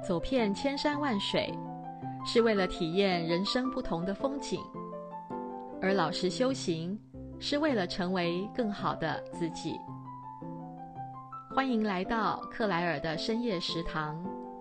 走遍千山万水，是为了体验人生不同的风景，而老实修行，是为了成为更好的自己。欢迎来到克莱尔的深夜食堂。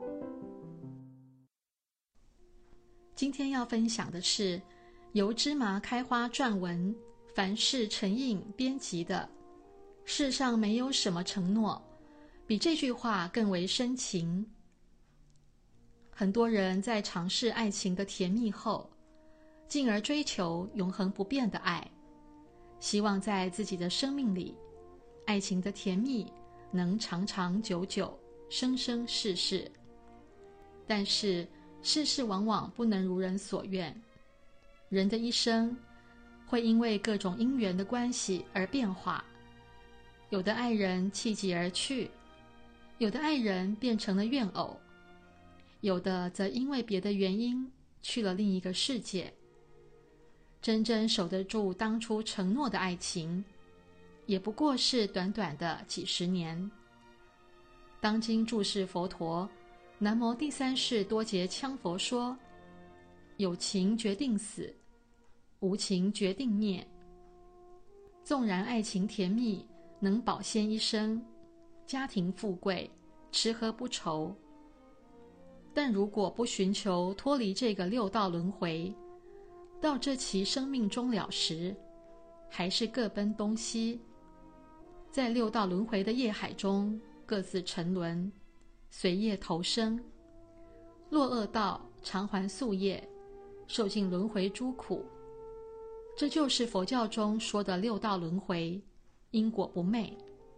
今天要分享的是由芝麻开花撰文，凡事成印编辑的《世上没有什么承诺比这句话更为深情》。很多人在尝试爱情的甜蜜后，进而追求永恒不变的爱，希望在自己的生命里，爱情的甜蜜能长长久久，生生世世。但是世事往往不能如人所愿，人的一生会因为各种因缘的关系而变化，有的爱人弃己而去，有的爱人变成了怨偶，有的则因为别的原因去了另一个世界。真正守得住当初承诺的爱情，也不过是短短的几十年。当今注释佛陀南无第三世多杰羌佛说，有情决定死，无情决定灭。纵然爱情甜蜜，能保鲜一生，家庭富贵，吃喝不愁，但如果不寻求脱离这个六道轮回，到这其生命终了时，还是各奔东西，在六道轮回的业海中各自沉沦，随业投生，落恶道，偿还宿业，受尽轮回诸苦。这就是佛教中说的六道轮回，因果不昧。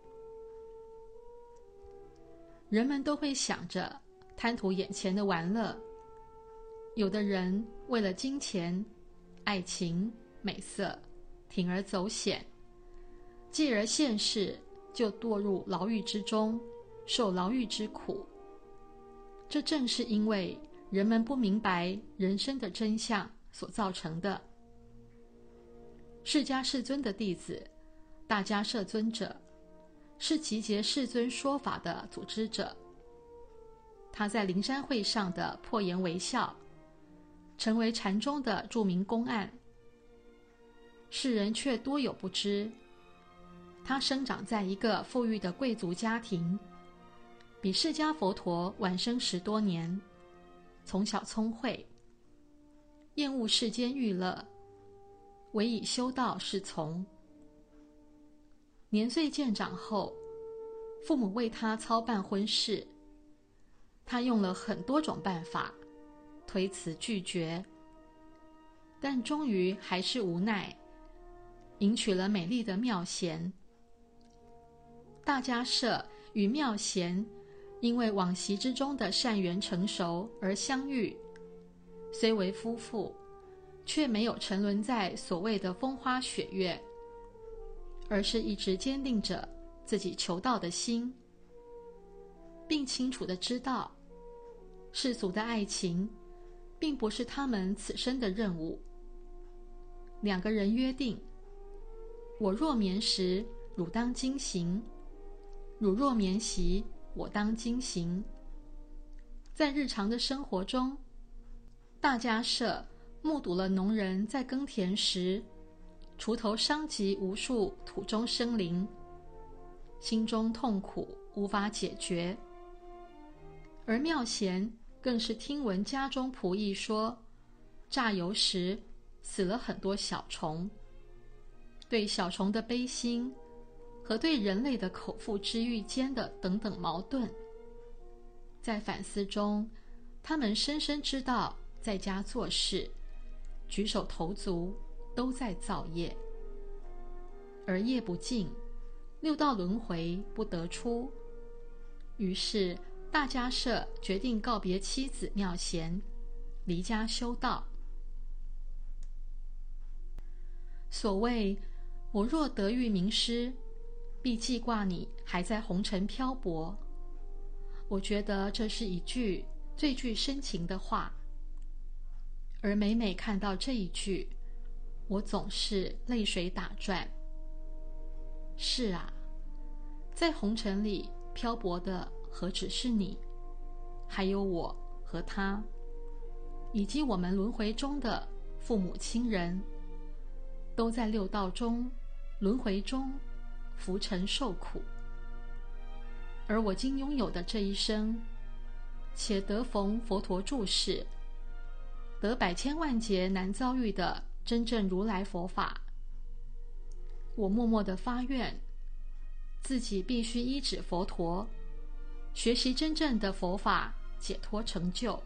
人们都会想着贪图眼前的玩乐，有的人为了金钱、爱情、美色，铤而走险，继而现世就堕入牢狱之中，受牢狱之苦。这正是因为人们不明白人生的真相所造成的。释迦世尊的弟子大迦摄尊者，是集结世尊说法的组织者。他在灵山会上的破颜微笑，成为禅宗的著名公案。世人却多有不知，他生长在一个富裕的贵族家庭，比释迦佛陀晚生10多年，从小聪慧，厌恶世间欲乐，唯以修道是从。年岁渐长后，父母为他操办婚事，他用了很多种办法推辞拒绝，但终于还是无奈，迎娶了美丽的妙贤。大迦摄与妙贤因为往昔之中的善缘成熟而相遇，虽为夫妇，却没有沉沦在所谓的风花雪月，而是一直坚定着自己求道的心，并清楚地知道世俗的爱情并不是他们此生的任务。两个人约定，我若眠时，汝当惊醒；汝若眠息，我当惊醒。在日常的生活中，大迦摄目睹了农人在耕田时，锄头伤及无数土中生灵，心中痛苦无法解决。而妙贤更是听闻家中仆役说，榨油时死了很多小虫，对小虫的悲心和对人类的口腹之欲间的等等矛盾，在反思中，他们深深知道在家做事，举手投足都在造业，而业不尽，六道轮回不得出。于是大迦摄决定告别妻子妙贤，离家修道。所谓我若得遇名师，必记挂你还在红尘漂泊。我觉得这是一句最具深情的话，而每每看到这一句，我总是泪水打转。是啊，在红尘里漂泊的何止是你， 还有我和他，以及我们轮回中的父母亲人，都在六道中轮回中浮沉受苦。而我今拥有的这一生，且得逢佛陀住世，得百千万劫难遭遇的真正如来佛法，我默默地发愿，自己必须依止佛陀，学习真正的佛法，解脱成就。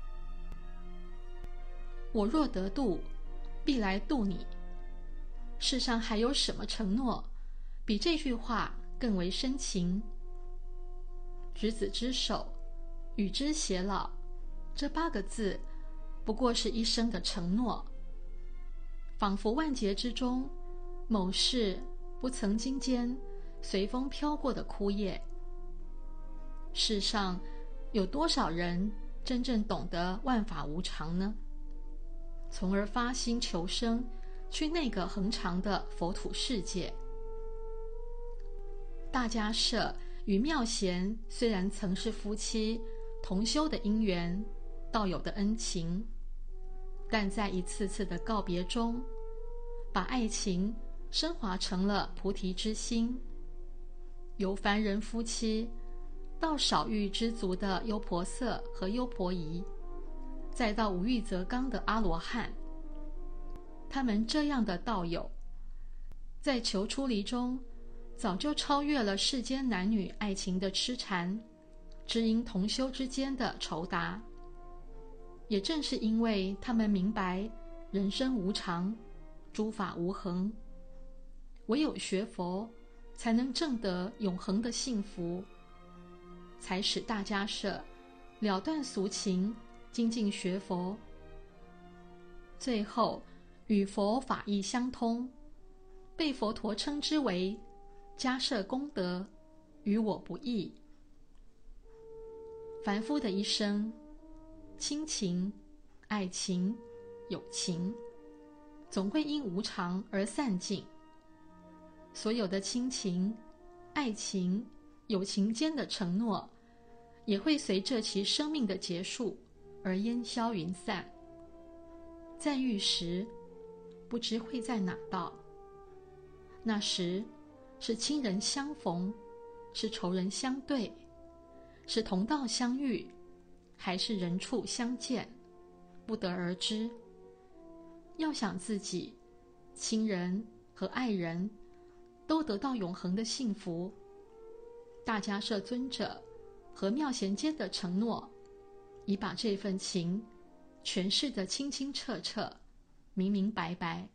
我若得度，必来度你。世上还有什么承诺比这句话更为深情？执子之手，与之偕老，这8个字不过是一生的承诺，仿佛万劫之中某事不曾经间随风飘过的枯叶。世上有多少人真正懂得万法无常呢？从而发心求生，去那个恒常的佛土世界。大迦叶与妙贤虽然曾是夫妻同修的因缘，道友的恩情，但在一次次的告别中，把爱情升华成了菩提之心，由凡人夫妻到少欲知足的优婆塞和优婆夷，再到无欲则刚的阿罗汉。他们这样的道友，在求出离中早就超越了世间男女爱情的痴缠，知音同修之间的酬答。也正是因为他们明白人生无常，诸法无恒，唯有学佛才能证得永恒的幸福，才使大迦叶了断俗情，精进学佛，最后与佛法义相通，被佛陀称之为迦叶功德，与我不异。凡夫的一生，亲情、爱情、友情，总会因无常而散尽。所有的亲情、爱情、友情间的承诺，也会随着其生命的结束而烟消云散。在遇时，不知会在哪道。那时是亲人相逢，是仇人相对，是同道相遇，还是人畜相见，不得而知。要想自己、亲人和爱人都得到永恒的幸福，大迦叶尊者和妙贤间的承诺，已把这份情诠释得清清澈澈，明明白白。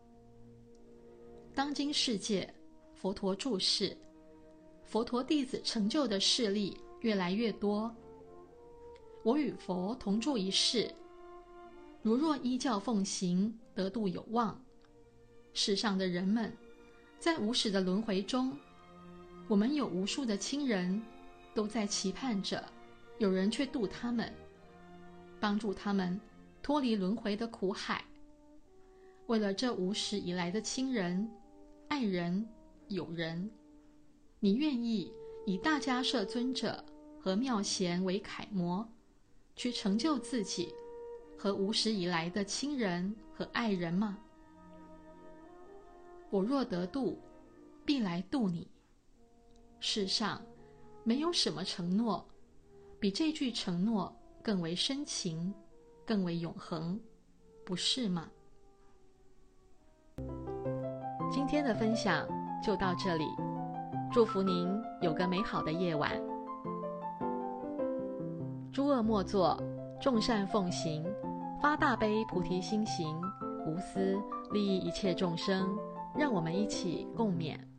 当今世界，佛陀住世，佛陀弟子成就的事例越来越多。我与佛同住一世，如若依教奉行，得度有望。世上的人们，在无始的轮回中，我们有无数的亲人都在期盼着有人去度他们，帮助他们脱离轮回的苦海。为了这无始以来的亲人、爱人、友人，你愿意以大迦叶尊者和妙贤为楷模，去成就自己和无始以来的亲人和爱人吗？我若得度，必来度你。世上没有什么承诺比这句承诺更为深情，更为永恒，不是吗？今天的分享就到这里，祝福您有个美好的夜晚。诸恶莫作，众善奉行，发大悲菩提心行，无私利益一切众生，让我们一起共勉。